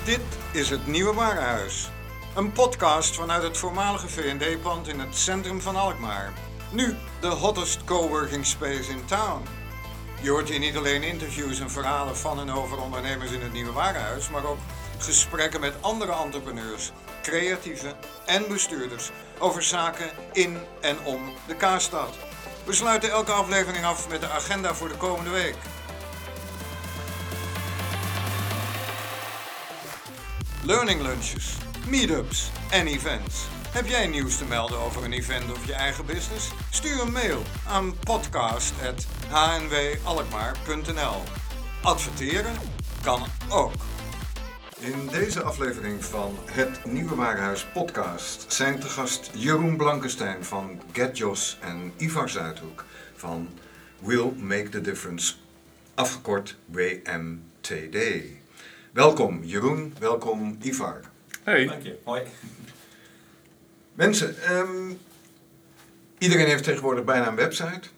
Dit is het Nieuwe Warenhuis. Een podcast vanuit het voormalige V&D-pand in het centrum van Alkmaar. Nu de hottest coworking space in town. Je hoort hier niet alleen interviews en verhalen van en over ondernemers in het Nieuwe Warenhuis, maar ook gesprekken met andere entrepreneurs, creatieven en bestuurders over zaken in en om de Kaasstad. We sluiten elke aflevering af met de agenda voor de komende week. Learning lunches, meetups en events. Heb jij nieuws te melden over een event of je eigen business? Stuur een mail aan podcast@hnwalkmaar.nl. Adverteren kan ook. In deze aflevering van het Nieuwe Warenhuis podcast zijn te gast Jeroen Blankenstein van GetJoss en Ivar Zuidhoek van Will Make the Difference, afgekort WMTD. Welkom Jeroen, welkom Ivar. Hey. Dank je, hoi. Mensen, iedereen heeft tegenwoordig bijna een website.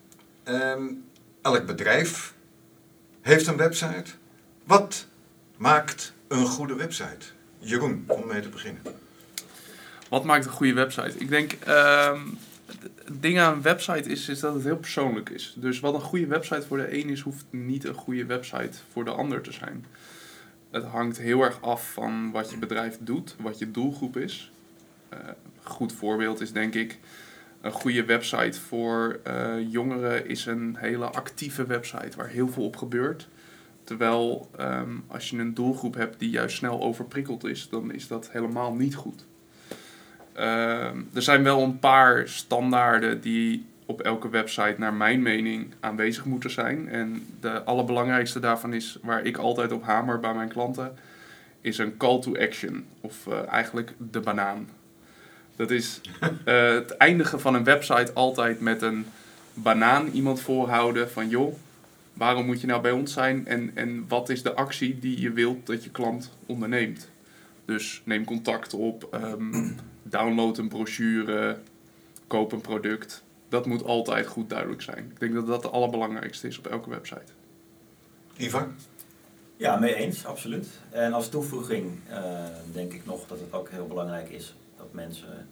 Elk bedrijf heeft een website. Wat maakt een goede website? Jeroen, om mee te beginnen. Wat maakt een goede website? Ik denk, het ding aan een website is dat het heel persoonlijk is. Dus wat een goede website voor de een is, hoeft niet een goede website voor de ander te zijn. Het hangt heel erg af van wat je bedrijf doet, wat je doelgroep is. Een goed voorbeeld is denk ik, een goede website voor jongeren is een hele actieve website waar heel veel op gebeurt. Terwijl als je een doelgroep hebt die juist snel overprikkeld is, dan is dat helemaal niet goed. Er zijn wel een paar standaarden die op elke website naar mijn mening aanwezig moeten zijn. En de allerbelangrijkste daarvan is, waar ik altijd op hamer bij mijn klanten, is een call to action. Of eigenlijk de banaan. Dat is het eindigen van een website altijd met een banaan iemand voorhouden van joh, waarom moet je nou bij ons zijn en wat is de actie die je wilt dat je klant onderneemt. Dus neem contact op, download een brochure, koop een product. Dat moet altijd goed duidelijk zijn. Ik denk dat dat het allerbelangrijkste is op elke website. Ivar? Ja, mee eens, absoluut. En als toevoeging denk ik nog dat het ook heel belangrijk is dat mensen,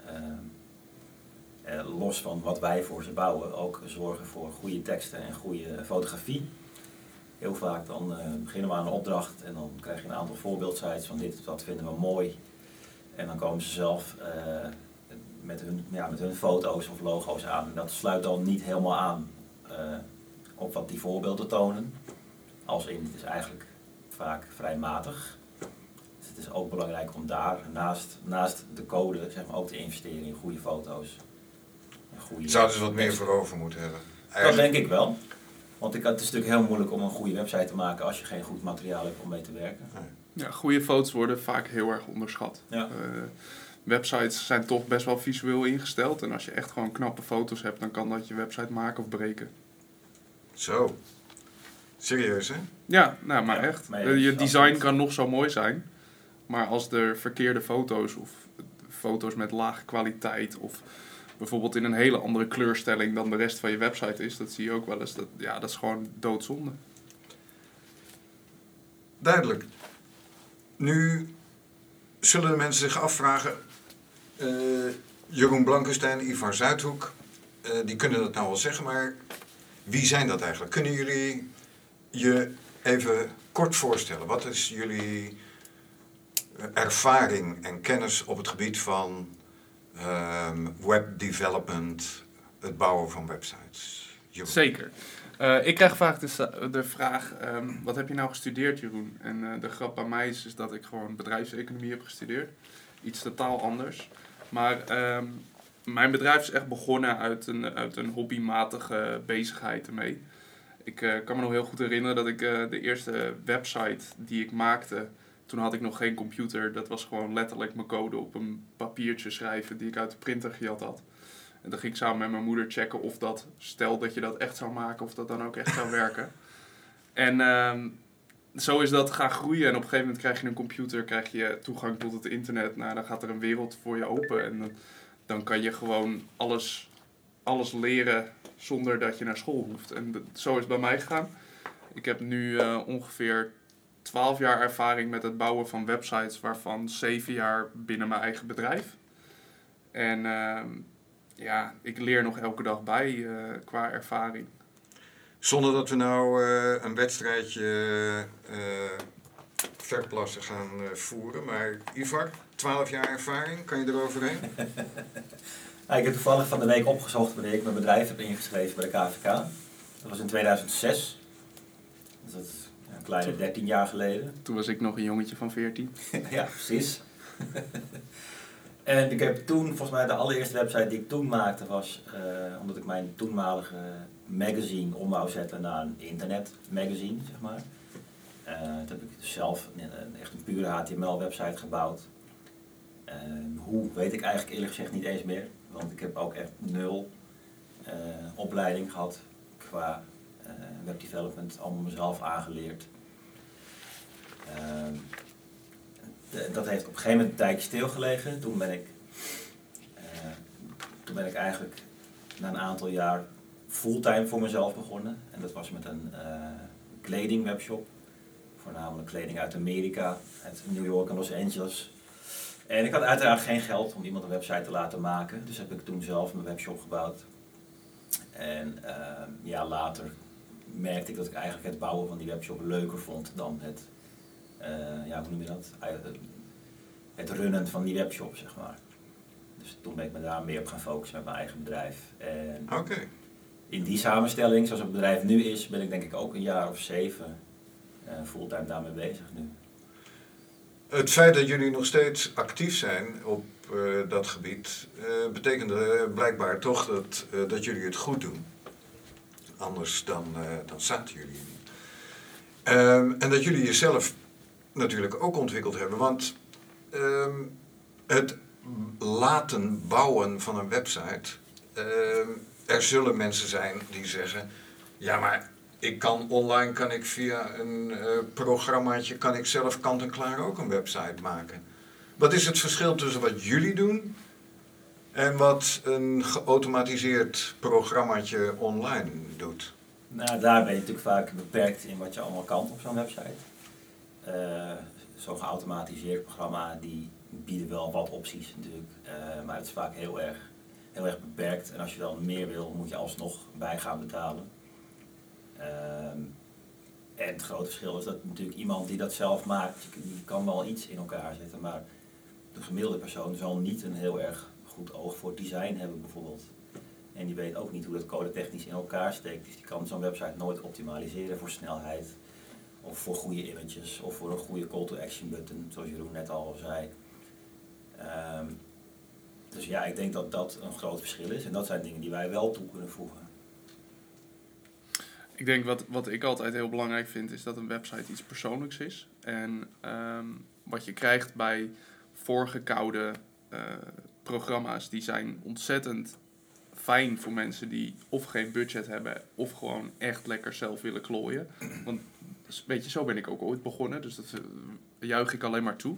los van wat wij voor ze bouwen, ook zorgen voor goede teksten en goede fotografie. Heel vaak dan beginnen we aan een opdracht en dan krijg je een aantal voorbeeldsites van dit, dat vinden we mooi. En dan komen ze zelf met hun foto's of logo's aan. En dat sluit dan niet helemaal aan op wat die voorbeelden tonen. Als in, het is eigenlijk vaak vrij matig. Dus het is ook belangrijk om daar naast de code zeg maar, ook te investeren in goede foto's. Zouden ze wat meer voor over moeten hebben? Dat denk ik wel. Want het is natuurlijk heel moeilijk om een goede website te maken als je geen goed materiaal hebt om mee te werken. Ja, goede foto's worden vaak heel erg onderschat. Ja. Websites zijn toch best wel visueel ingesteld. En als je echt gewoon knappe foto's hebt, dan kan dat je website maken of breken. Zo. Serieus, hè? Ja, nou maar Ja, echt. maar Je design absoluut. kan nog zo mooi zijn. Maar als er verkeerde foto's of foto's met lage kwaliteit of bijvoorbeeld in een hele andere kleurstelling dan de rest van je website is, dat zie je ook wel eens. Dat is gewoon doodzonde. Duidelijk. Nu zullen de mensen zich afvragen, Jeroen Blankenstein, Ivar Zuidhoek, die kunnen dat nou wel zeggen, maar wie zijn dat eigenlijk? Kunnen jullie je even kort voorstellen? Wat is jullie ervaring en kennis op het gebied van webdevelopment, het bouwen van websites? Jeroen. Zeker. Ik krijg vaak de vraag, wat heb je nou gestudeerd, Jeroen? En de grap bij mij is dat ik gewoon bedrijfseconomie heb gestudeerd. Iets totaal anders. Maar mijn bedrijf is echt begonnen uit een hobbymatige bezigheid ermee. Ik kan me nog heel goed herinneren dat ik de eerste website die ik maakte, toen had ik nog geen computer. Dat was gewoon letterlijk mijn code op een papiertje schrijven die ik uit de printer gejat had. En dan ging ik samen met mijn moeder checken of dat, stel dat je dat echt zou maken, of dat dan ook echt zou werken. En zo is dat gaan groeien. En op een gegeven moment krijg je een computer, krijg je toegang tot het internet. Nou, dan gaat er een wereld voor je open. En dan kan je gewoon alles leren zonder dat je naar school hoeft. En zo is het bij mij gegaan. Ik heb nu ongeveer 12 jaar ervaring met het bouwen van websites, waarvan 7 jaar binnen mijn eigen bedrijf. En ik leer nog elke dag bij qua ervaring. Zonder dat we nou een wedstrijdje verplassen gaan voeren. Maar Ivar, 12 jaar ervaring, kan je eroverheen? Ik heb toevallig van de week opgezocht wanneer ik mijn bedrijf heb ingeschreven bij de KVK. Dat was in 2006. Dus dat is een kleine 13 jaar geleden. Toen was ik nog een jongetje van 14. Ja, precies. En ik heb toen, volgens mij de allereerste website die ik toen maakte was, omdat ik mijn toenmalige magazine om wou zetten naar een internetmagazine, zeg maar. Toen heb ik dus zelf echt een pure HTML website gebouwd. Hoe, weet ik eigenlijk eerlijk gezegd niet eens meer. Want ik heb ook echt 0 opleiding gehad qua webdevelopment, allemaal mezelf aangeleerd. Dat heeft op een gegeven moment een tijdje stilgelegen. Toen ben ik eigenlijk na een aantal jaar fulltime voor mezelf begonnen. En dat was met een kledingwebshop. Voornamelijk kleding uit Amerika, uit New York en Los Angeles. En ik had uiteraard geen geld om iemand een website te laten maken. Dus heb ik toen zelf mijn webshop gebouwd. En later merkte ik dat ik eigenlijk het bouwen van die webshop leuker vond dan het, hoe noem je dat? Het runnen van die webshop, zeg maar. Dus toen ben ik me daar meer op gaan focussen met mijn eigen bedrijf. En in die samenstelling, zoals het bedrijf nu is, ben ik denk ik ook een jaar of 7 fulltime daarmee bezig nu. Het feit dat jullie nog steeds actief zijn op dat gebied, betekent blijkbaar toch dat jullie het goed doen. Anders dan zaten jullie niet. En dat jullie jezelf natuurlijk ook ontwikkeld hebben. Want het laten bouwen van een website, er zullen mensen zijn die zeggen, ja maar online kan ik via een programmaatje, kan ik zelf kant-en-klaar ook een website maken. Wat is het verschil tussen wat jullie doen en wat een geautomatiseerd programmaatje online doet? Nou, daar ben je natuurlijk vaak beperkt in wat je allemaal kan op zo'n website. Zo'n geautomatiseerd programma, die bieden wel wat opties natuurlijk, maar het is vaak heel erg beperkt. En als je dan meer wil, moet je alsnog bij gaan betalen. En het grote verschil is dat natuurlijk iemand die dat zelf maakt, die kan wel iets in elkaar zetten, maar de gemiddelde persoon zal niet een heel erg goed oog voor design hebben bijvoorbeeld. En die weet ook niet hoe dat codetechnisch in elkaar steekt, dus die kan zo'n website nooit optimaliseren voor snelheid, of voor goede images, of voor een goede call to action button, zoals Jeroen net al zei. Dus ja, ik denk dat dat een groot verschil is en dat zijn dingen die wij wel toe kunnen voegen. Ik denk wat ik altijd heel belangrijk vind, is dat een website iets persoonlijks is. En wat je krijgt bij voorgekoude programma's, die zijn ontzettend fijn voor mensen die of geen budget hebben, of gewoon echt lekker zelf willen klooien. Want weet je, zo ben ik ook ooit begonnen, dus dat juich ik alleen maar toe.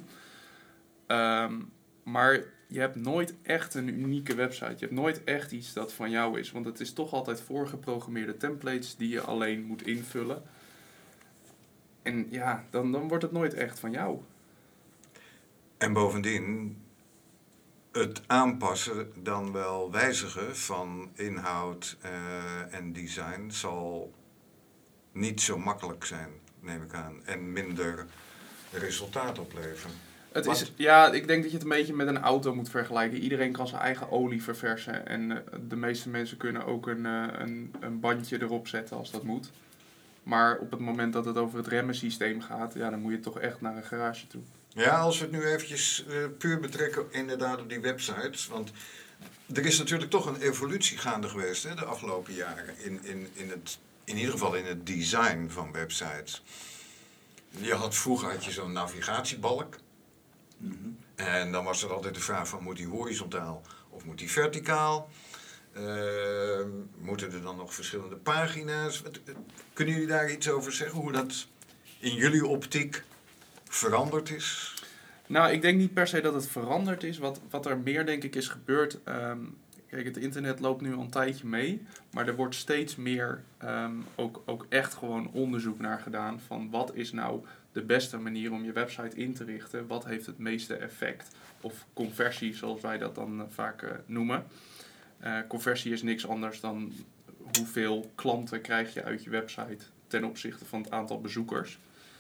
Maar je hebt nooit echt een unieke website. Je hebt nooit echt iets dat van jou is. Want het is toch altijd voorgeprogrammeerde templates die je alleen moet invullen. En ja, dan wordt het nooit echt van jou. En bovendien, het aanpassen, dan wel wijzigen van inhoud en design zal niet zo makkelijk zijn, neem ik aan. En minder resultaat opleveren. Ik denk dat je het een beetje met een auto moet vergelijken. Iedereen kan zijn eigen olie verversen. En de meeste mensen kunnen ook een bandje erop zetten als dat moet. Maar op het moment dat het over het remmensysteem gaat, ja, dan moet je toch echt naar een garage toe. Ja, als we het nu eventjes puur betrekken inderdaad op die websites. Want er is natuurlijk toch een evolutie gaande geweest, hè, de afgelopen jaren. In ieder geval in het design van websites. Vroeger had je zo'n navigatiebalk. Mm-hmm. En dan was er altijd de vraag van, moet die horizontaal of moet die verticaal? Moeten er dan nog verschillende pagina's? Kunnen jullie daar iets over zeggen? Hoe dat in jullie optiek veranderd is? Nou, ik denk niet per se dat het veranderd is. Wat er meer denk ik is gebeurd. kijk, het internet loopt nu al een tijdje mee, maar er wordt steeds meer ook echt gewoon onderzoek naar gedaan van wat is nou de beste manier om je website in te richten, wat heeft het meeste effect, of conversie zoals wij dat dan vaak noemen. Conversie is niks anders dan hoeveel klanten krijg je uit je website ten opzichte van het aantal bezoekers.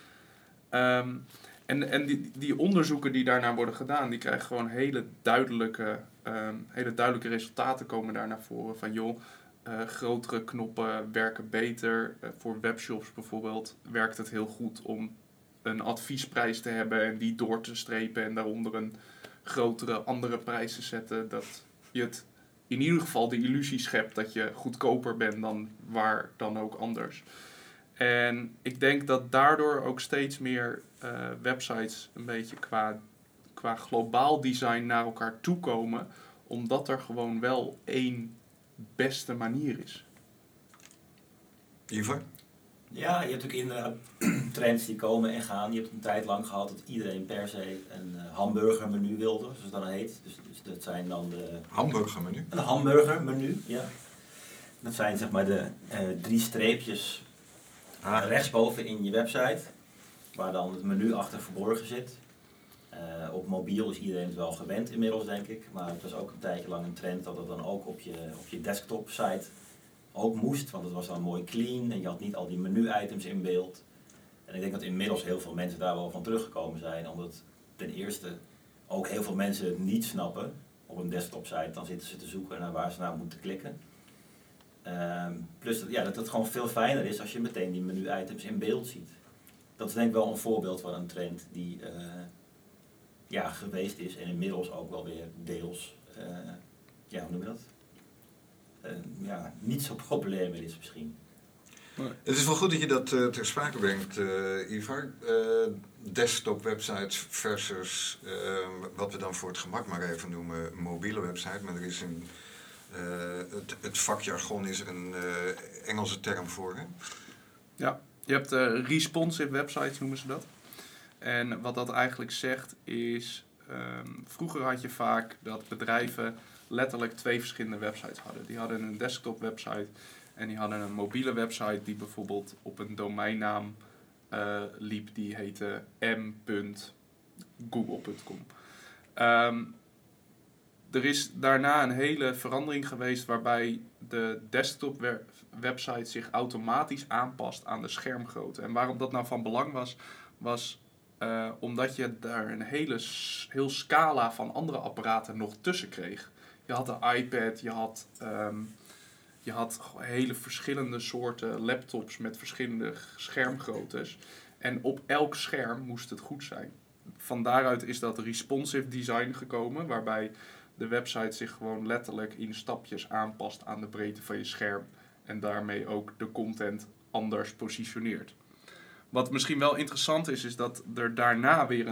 En die onderzoeken die daarna worden gedaan, die krijgen gewoon hele duidelijke resultaten komen daar naar voren. Van joh, grotere knoppen werken beter. Voor webshops bijvoorbeeld werkt het heel goed om een adviesprijs te hebben en die door te strepen en daaronder een grotere andere prijs te zetten. Dat je het in ieder geval de illusie schept dat je goedkoper bent dan waar dan ook anders. En ik denk dat daardoor ook steeds meer websites een beetje qua globaal design naar elkaar toe komen, omdat er gewoon wel één beste manier is. Ivar? Ja, je hebt natuurlijk inderdaad trends die komen en gaan. Je hebt een tijd lang gehad dat iedereen per se een hamburgermenu wilde, zoals het dan heet. Dus dat zijn dan de... Hamburgermenu? Een hamburgermenu, ja. Dat zijn zeg maar de 3 streepjes rechtsboven in je website, waar dan het menu achter verborgen zit. Op mobiel is iedereen het wel gewend inmiddels, denk ik. Maar het was ook een tijdje lang een trend dat het dan ook op je desktop site ook moest. Want het was dan mooi clean en je had niet al die menu-items in beeld. En ik denk dat inmiddels heel veel mensen daar wel van teruggekomen zijn. Omdat ten eerste ook heel veel mensen het niet snappen op een desktop site. Dan zitten ze te zoeken naar waar ze naar moeten klikken. Plus dat het gewoon veel fijner is als je meteen die menu-items in beeld ziet. Dat is denk ik wel een voorbeeld van een trend die geweest is en inmiddels ook wel weer deels, hoe noem je dat? Niet zo populair meer is misschien. Het is wel goed dat je dat ter sprake brengt, Ivar. Desktop websites versus wat we dan voor het gemak maar even noemen mobiele website. Maar er is het vakjargon is er een Engelse term voor. Hè? Ja, je hebt responsive websites noemen ze dat. En wat dat eigenlijk zegt is, vroeger had je vaak dat bedrijven letterlijk 2 verschillende websites hadden. Die hadden een desktop website en die hadden een mobiele website die bijvoorbeeld op een domeinnaam liep. Die heette m.google.com. Er is daarna een hele verandering geweest waarbij de desktop website zich automatisch aanpast aan de schermgrootte. En waarom dat nou van belang was omdat je daar een heel scala van andere apparaten nog tussen kreeg. Je had de iPad, je had hele verschillende soorten laptops met verschillende schermgroottes. En op elk scherm moest het goed zijn. Van daaruit is dat responsive design gekomen, waarbij de website zich gewoon letterlijk in stapjes aanpast aan de breedte van je scherm. En daarmee ook de content anders positioneert. Wat misschien wel interessant is dat er daarna weer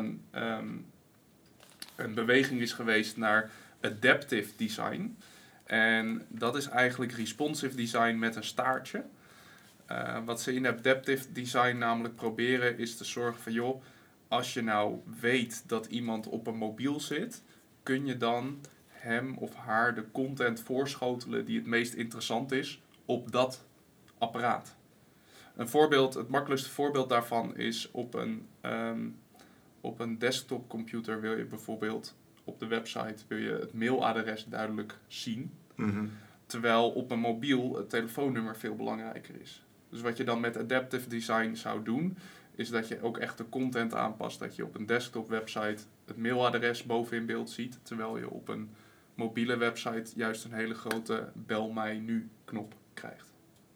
een beweging is geweest naar adaptive design. En dat is eigenlijk responsive design met een staartje. Wat ze in adaptive design namelijk proberen is te zorgen van joh, als je nou weet dat iemand op een mobiel zit, kun je dan hem of haar de content voorschotelen die het meest interessant is op dat apparaat. Het makkelijkste voorbeeld daarvan is op een desktopcomputer wil je bijvoorbeeld op de website het mailadres duidelijk zien. Mm-hmm. Terwijl op een mobiel het telefoonnummer veel belangrijker is. Dus wat je dan met adaptive design zou doen, is dat je ook echt de content aanpast. Dat je op een desktop website het mailadres boven in beeld ziet. Terwijl je op een mobiele website juist een hele grote bel mij nu knop krijgt.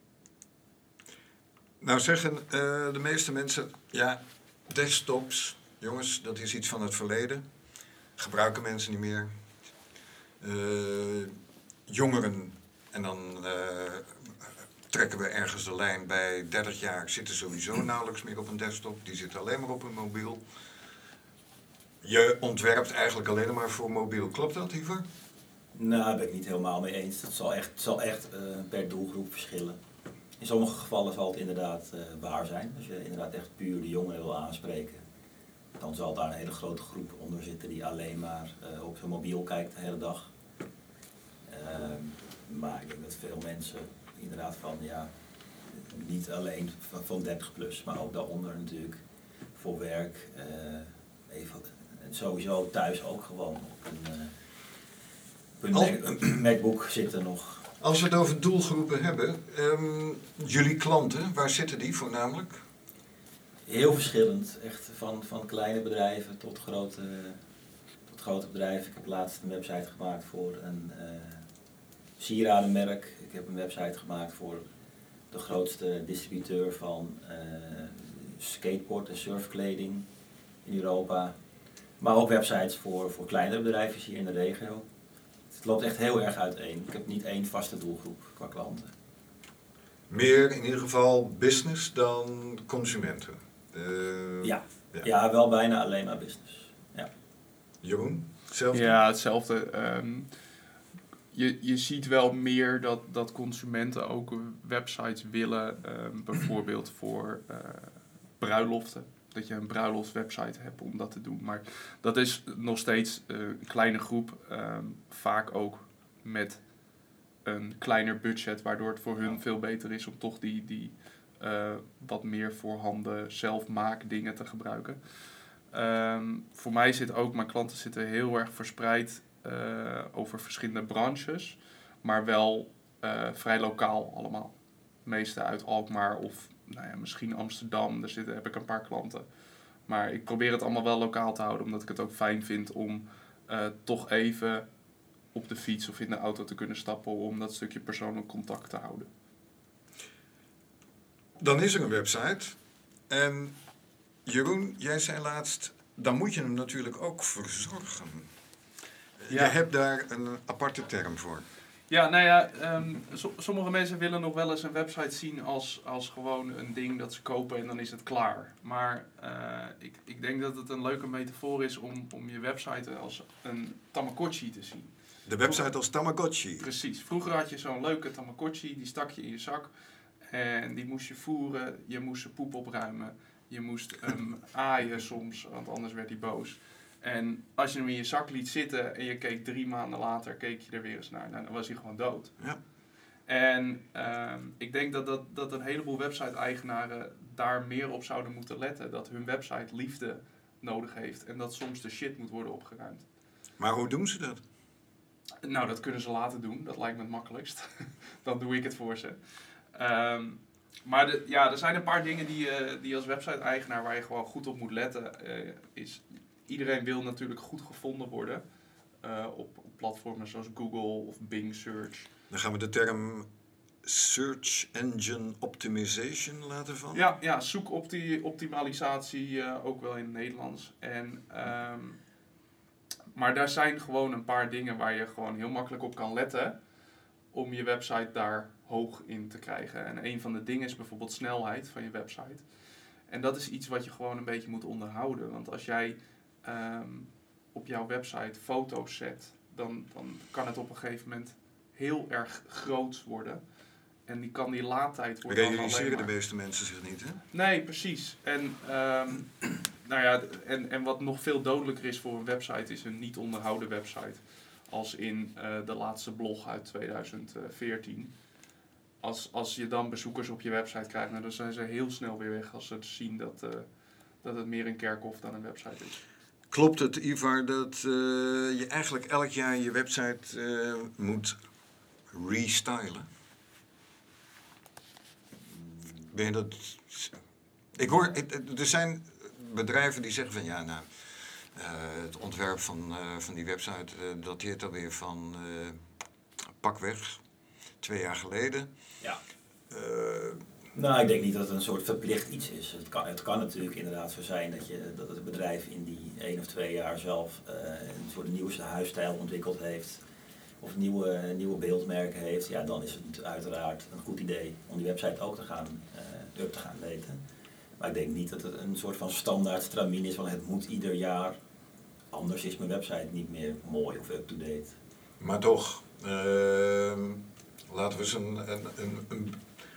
Nou zeggen de meeste mensen, ja, desktops, jongens, dat is iets van het verleden. Gebruiken mensen niet meer. Jongeren, en dan trekken we ergens de lijn bij 30 jaar, zitten sowieso nauwelijks meer op een desktop. Die zitten alleen maar op een mobiel. Je ontwerpt eigenlijk alleen maar voor mobiel. Klopt dat, Ivar? Nou, daar ben ik niet helemaal mee eens. Het zal echt per doelgroep verschillen. In sommige gevallen zal het inderdaad waar zijn. Als je inderdaad echt puur de jongeren wil aanspreken, dan zal daar een hele grote groep onder zitten die alleen maar op zijn mobiel kijkt de hele dag. Maar ik denk dat veel mensen inderdaad van, niet alleen van 30 plus, maar ook daaronder natuurlijk voor werk. En sowieso thuis ook gewoon op een MacBook zitten nog. Als we het over doelgroepen hebben, jullie klanten, waar zitten die voornamelijk? Heel verschillend, echt van kleine bedrijven tot grote bedrijven. Ik heb laatst een website gemaakt voor een sieradenmerk. Ik heb een website gemaakt voor de grootste distributeur van skateboard- en surfkleding in Europa. Maar ook websites voor kleinere bedrijven hier in de regio. Het loopt echt heel erg uiteen. Ik heb niet één vaste doelgroep qua klanten. Meer in ieder geval business dan consumenten? Ja, wel bijna alleen maar business. Ja. Jeroen, hetzelfde? Ja, hetzelfde. Je ziet wel meer dat consumenten ook websites willen, bijvoorbeeld voor bruiloften. Dat je een bruiloftswebsite hebt om dat te doen. Maar dat is nog steeds een kleine groep, vaak ook met een kleiner budget, waardoor het voor hun veel beter is om toch die wat meer voorhanden zelfmaakdingen te gebruiken. Voor mij mijn klanten zitten heel erg verspreid over verschillende branches, maar wel vrij lokaal allemaal. De meeste uit Alkmaar of misschien Amsterdam, daar heb ik een paar klanten. Maar ik probeer het allemaal wel lokaal te houden, omdat ik het ook fijn vind om toch even op de fiets of in de auto te kunnen stappen om dat stukje persoonlijk contact te houden. Dan is er een website. En Jeroen, jij zei laatst, dan moet je hem natuurlijk ook verzorgen. Ja. Je hebt daar een aparte term voor. Ja, sommige mensen willen nog wel eens een website zien als gewoon een ding dat ze kopen en dan is het klaar. Maar ik denk dat het een leuke metafoor is om je website als een Tamagotchi te zien. De website als Tamagotchi. Precies. Vroeger had je zo'n leuke Tamagotchi, die stak je in je zak en die moest je voeren. Je moest zijn poep opruimen. Je moest hem aaien soms, want anders werd hij boos. En als je hem in je zak liet zitten en je keek 3 maanden later, keek je er weer eens naar, dan was hij gewoon dood. Ja. En ik denk dat een heleboel website-eigenaren daar meer op zouden moeten letten. Dat hun website liefde nodig heeft en dat soms de shit moet worden opgeruimd. Maar hoe doen ze dat? Nou, dat kunnen ze laten doen. Dat lijkt me het makkelijkst. Dan doe ik het voor ze. Maar er zijn een paar dingen die als website-eigenaar waar je gewoon goed op moet letten. Iedereen wil natuurlijk goed gevonden worden op platformen zoals Google of Bing Search. Dan gaan we de term Search Engine Optimization laten vallen. Ja, zoekoptimalisatie ook wel in het Nederlands. Maar daar zijn gewoon een paar dingen waar je gewoon heel makkelijk op kan letten om je website daar hoog in te krijgen. En een van de dingen is bijvoorbeeld snelheid van je website. En dat is iets wat je gewoon een beetje moet onderhouden. Want als jij op jouw website foto's zet, dan kan het op een gegeven moment heel erg groot worden. En die laadtijd wordt dan Realiseren de meeste mensen zich niet, hè? Nee, precies. En wat nog veel dodelijker is voor een website is een niet onderhouden website. Als in de laatste blog uit 2014. Als je dan bezoekers op je website krijgt, dan zijn ze heel snel weer weg als ze zien dat het meer een kerkhof dan een website is. Klopt het, Ivar, dat je eigenlijk elk jaar je website moet restylen? Ben je dat... Ik hoor, er zijn bedrijven die zeggen van het ontwerp van die website dateert alweer van pakweg 2 jaar geleden. Ja. Nou, ik denk niet dat het een soort verplicht iets is. Het kan natuurlijk inderdaad zo zijn dat het bedrijf in die 1 of 2 jaar zelf een soort nieuwe huisstijl ontwikkeld heeft. Of nieuwe beeldmerken heeft. Ja, dan is het uiteraard een goed idee om die website ook te gaan updaten. Maar ik denk niet dat het een soort van standaard stramien is, want het moet ieder jaar. Anders is mijn website niet meer mooi of up-to-date. Maar toch, laten we eens een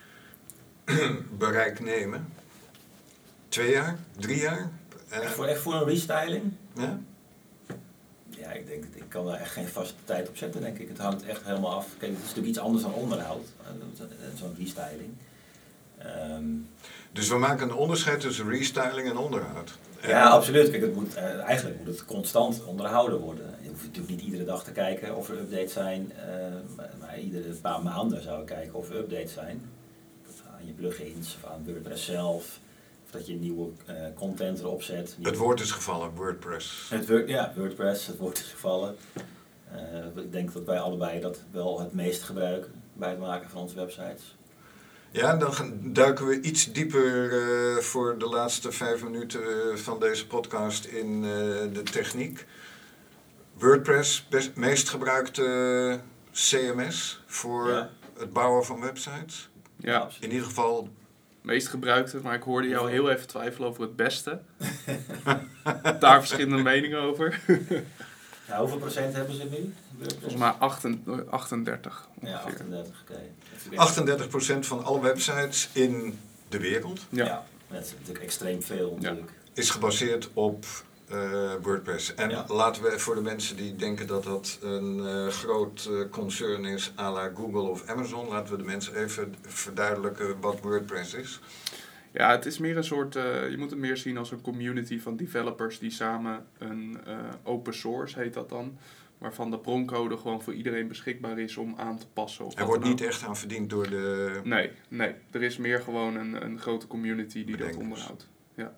bereik nemen. 2 jaar? 3 jaar? Echt voor een restyling? Ja? Ja, ik denk, ik kan daar echt geen vaste tijd op zetten, denk ik. Het hangt echt helemaal af. Kijk, het is natuurlijk iets anders dan onderhoud. Zo'n restyling. Dus we maken een onderscheid tussen restyling en onderhoud. Ja, absoluut. Kijk, eigenlijk moet het constant onderhouden worden. Je hoeft natuurlijk niet iedere dag te kijken of er updates zijn. Maar iedere paar maanden zou ik kijken of er updates zijn. Aan je plugins of aan WordPress zelf. Of dat je nieuwe content erop zet. Het woord is gevallen, WordPress. WordPress, het woord is gevallen. Ik denk dat wij allebei dat wel het meest gebruiken bij het maken van onze websites. Ja, dan duiken we iets dieper voor de laatste 5 minuten van deze podcast in de techniek. WordPress, meest gebruikte CMS voor het bouwen van websites. Ja, in ieder geval meest gebruikte, maar ik hoorde jou heel even twijfelen over het beste. Daar verschillende meningen over. Ja, hoeveel procent hebben ze nu? Volgens mij 38. Ja, 38, oké. 38% van alle websites in de wereld Ja, dat is natuurlijk extreem veel. Natuurlijk. Is gebaseerd op WordPress. En laten we voor de mensen die denken dat dat een groot concern is à la Google of Amazon, laten we de mensen even verduidelijken wat WordPress is. Ja, het is meer een soort, je moet het meer zien als een community van developers die samen een open source, heet dat dan, waarvan de broncode gewoon voor iedereen beschikbaar is om aan te passen. Of er wordt niet echt aan verdiend door de... Nee. Er is meer gewoon een grote community die dat onderhoudt. Ja.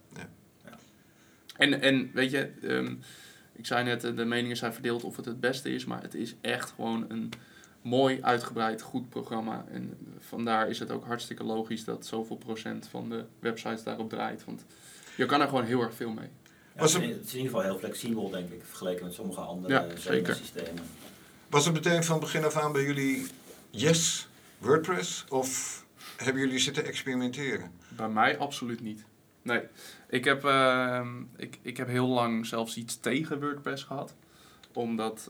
En weet je, ik zei net, de meningen zijn verdeeld of het het beste is, maar het is echt gewoon een mooi, uitgebreid, goed programma. En vandaar is het ook hartstikke logisch dat zoveel procent van de websites daarop draait. Want je kan er gewoon heel erg veel mee. Ja, het is in ieder geval heel flexibel, denk ik, vergeleken met sommige andere systemen. Was het meteen van begin af aan bij jullie WordPress? Of hebben jullie zitten experimenteren? Bij mij absoluut niet. Nee, ik heb heel lang zelfs iets tegen WordPress gehad. Omdat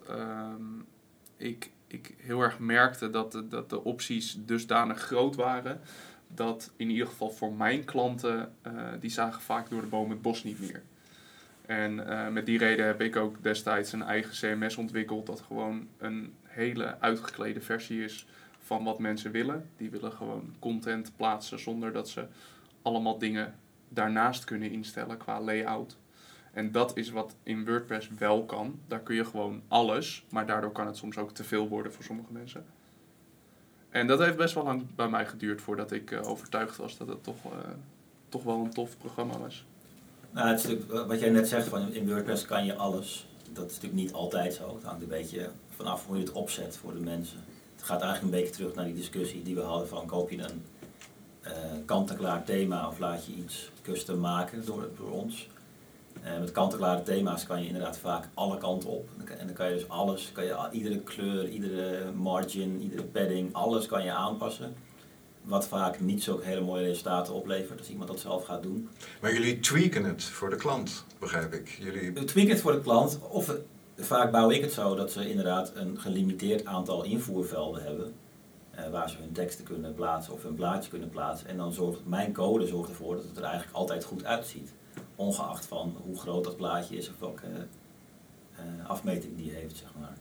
ik heel erg merkte dat de opties dusdanig groot waren. Dat in ieder geval voor mijn klanten, die zagen vaak door de boom het bos niet meer. En met die reden heb ik ook destijds een eigen CMS ontwikkeld. Dat gewoon een hele uitgeklede versie is van wat mensen willen. Die willen gewoon content plaatsen zonder dat ze allemaal dingen daarnaast kunnen instellen qua layout. En dat is wat in WordPress wel kan. Daar kun je gewoon alles, maar daardoor kan het soms ook te veel worden voor sommige mensen. En dat heeft best wel lang bij mij geduurd voordat ik overtuigd was dat het toch wel een tof programma was. Nou, het is natuurlijk, wat jij net zegt, van in WordPress kan je alles. Dat is natuurlijk niet altijd zo. Het hangt een beetje vanaf hoe je het opzet voor de mensen. Het gaat eigenlijk een beetje terug naar die discussie die we hadden van koop je een kant-en-klaar thema of laat je iets custom maken door ons. Met kant-en-klare thema's kan je inderdaad vaak alle kanten op. En dan kan je dus alles, iedere kleur, iedere margin, iedere padding, alles kan je aanpassen. Wat vaak niet zo hele mooie resultaten oplevert als iemand dat zelf gaat doen. Maar jullie tweaken het voor de klant, begrijp ik. We tweaken het voor de klant, of vaak bouw ik het zo dat ze inderdaad een gelimiteerd aantal invoervelden hebben. Waar ze hun teksten kunnen plaatsen of hun blaadje kunnen plaatsen. En dan zorgt mijn code ervoor dat het er eigenlijk altijd goed uitziet. Ongeacht van hoe groot dat plaatje is of welke afmeting die heeft, zeg maar.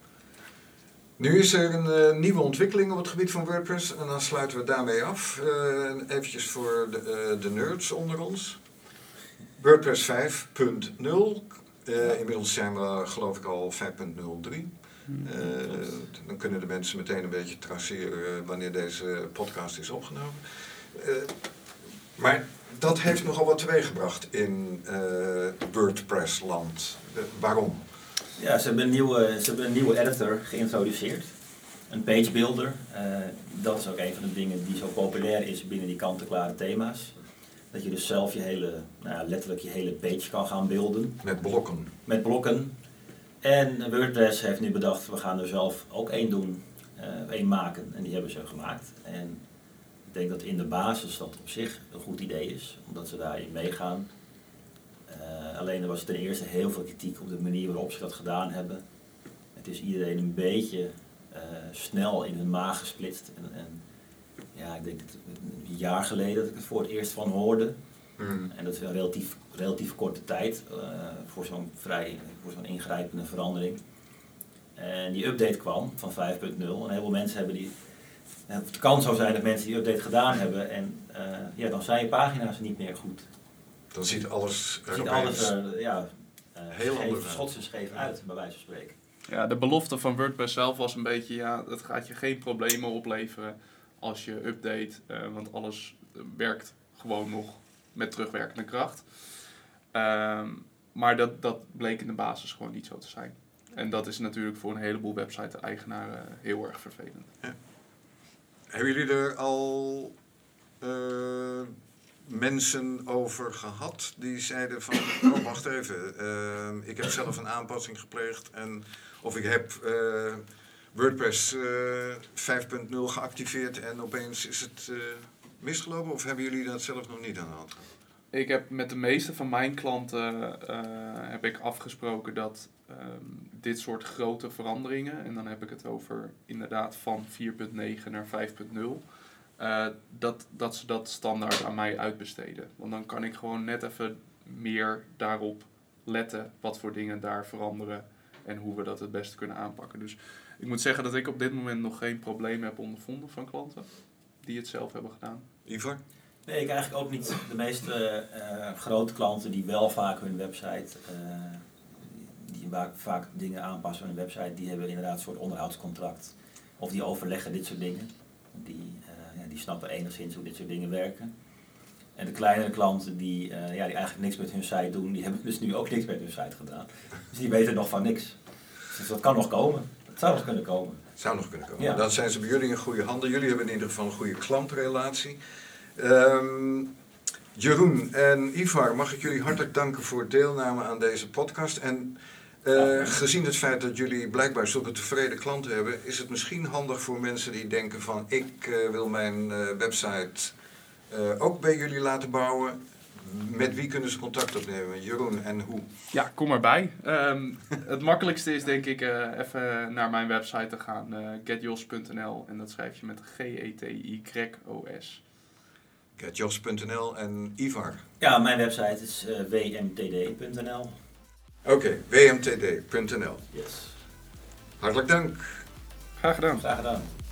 Nu is er een nieuwe ontwikkeling op het gebied van WordPress en dan sluiten we daarmee af. Eventjes voor de nerds onder ons. WordPress 5.0. Inmiddels zijn we geloof ik al 5.03. Dan kunnen de mensen meteen een beetje traceren wanneer deze podcast is opgenomen. Maar dat heeft nogal wat teweeggebracht in WordPress-land. Waarom? Ja, ze hebben een nieuwe editor geïntroduceerd. Een page builder. Dat is ook een van de dingen die zo populair is binnen die kant-en-klare thema's. Dat je dus zelf letterlijk je hele page kan gaan beelden. Met blokken. Met blokken. En WordPress heeft nu bedacht, we gaan er zelf ook één maken. En die hebben ze gemaakt. En ik denk dat in de basis dat op zich een goed idee is, omdat ze daarin meegaan. Alleen er was ten eerste heel veel kritiek op de manier waarop ze dat gedaan hebben. Het is iedereen een beetje snel in hun maag gesplitst. En ik denk dat een jaar geleden dat ik het voor het eerst van hoorde. En dat is relatief relatief korte tijd voor zo'n ingrijpende verandering. En die update kwam van 5.0 en heel veel mensen hebben het kan zo zijn dat mensen die update gedaan hebben en dan zijn je pagina's niet meer goed. Dan ziet alles er heel anders schots en scheef uit, bij wijze van spreken. Ja, de belofte van WordPress zelf was een beetje, dat gaat je geen problemen opleveren als je update, want alles werkt gewoon nog met terugwerkende kracht. Maar dat bleek in de basis gewoon niet zo te zijn. En dat is natuurlijk voor een heleboel website-eigenaren heel erg vervelend. Ja. Hebben jullie er al mensen over gehad die zeiden van, oh wacht even, ik heb zelf een aanpassing gepleegd of ik heb WordPress 5.0 geactiveerd en opeens is het misgelopen? Of hebben jullie dat zelf nog niet aan de hand gehad? Ik heb met de meeste van mijn klanten heb ik afgesproken dat dit soort grote veranderingen, en dan heb ik het over inderdaad van 4.9 naar 5.0, dat ze dat standaard aan mij uitbesteden. Want dan kan ik gewoon net even meer daarop letten wat voor dingen daar veranderen en hoe we dat het beste kunnen aanpakken. Dus ik moet zeggen dat ik op dit moment nog geen probleem heb ondervonden van klanten die het zelf hebben gedaan. Ivar? Nee, ik eigenlijk ook niet. De meeste grote klanten die wel vaak hun website, die vaak dingen aanpassen aan hun website, die hebben inderdaad een soort onderhoudscontract. Of die overleggen dit soort dingen. Die snappen enigszins hoe dit soort dingen werken. En de kleinere klanten die eigenlijk niks met hun site doen, die hebben dus nu ook niks met hun site gedaan. Dus die weten nog van niks. Dus dat kan nog komen. Het zou nog kunnen komen. Het zou nog kunnen komen. Ja. Dan zijn ze bij jullie in goede handen. Jullie hebben in ieder geval een goede klantrelatie. Jeroen en Ivar, mag ik jullie hartelijk danken voor deelname aan deze podcast. En gezien het feit dat jullie blijkbaar zulke tevreden klanten hebben, is het misschien handig voor mensen die denken van ik wil mijn website ook bij jullie laten bouwen. Met wie kunnen ze contact opnemen? Jeroen, en hoe? Ja, kom erbij. Het makkelijkste is denk ik even naar mijn website te gaan, getjos.nl, en dat schrijf je met GETYOS. Getjos.nl en Ivar? Ja, mijn website is wmtd.nl. Oké, wmtd.nl. Yes. Hartelijk dank. Graag gedaan. Graag gedaan.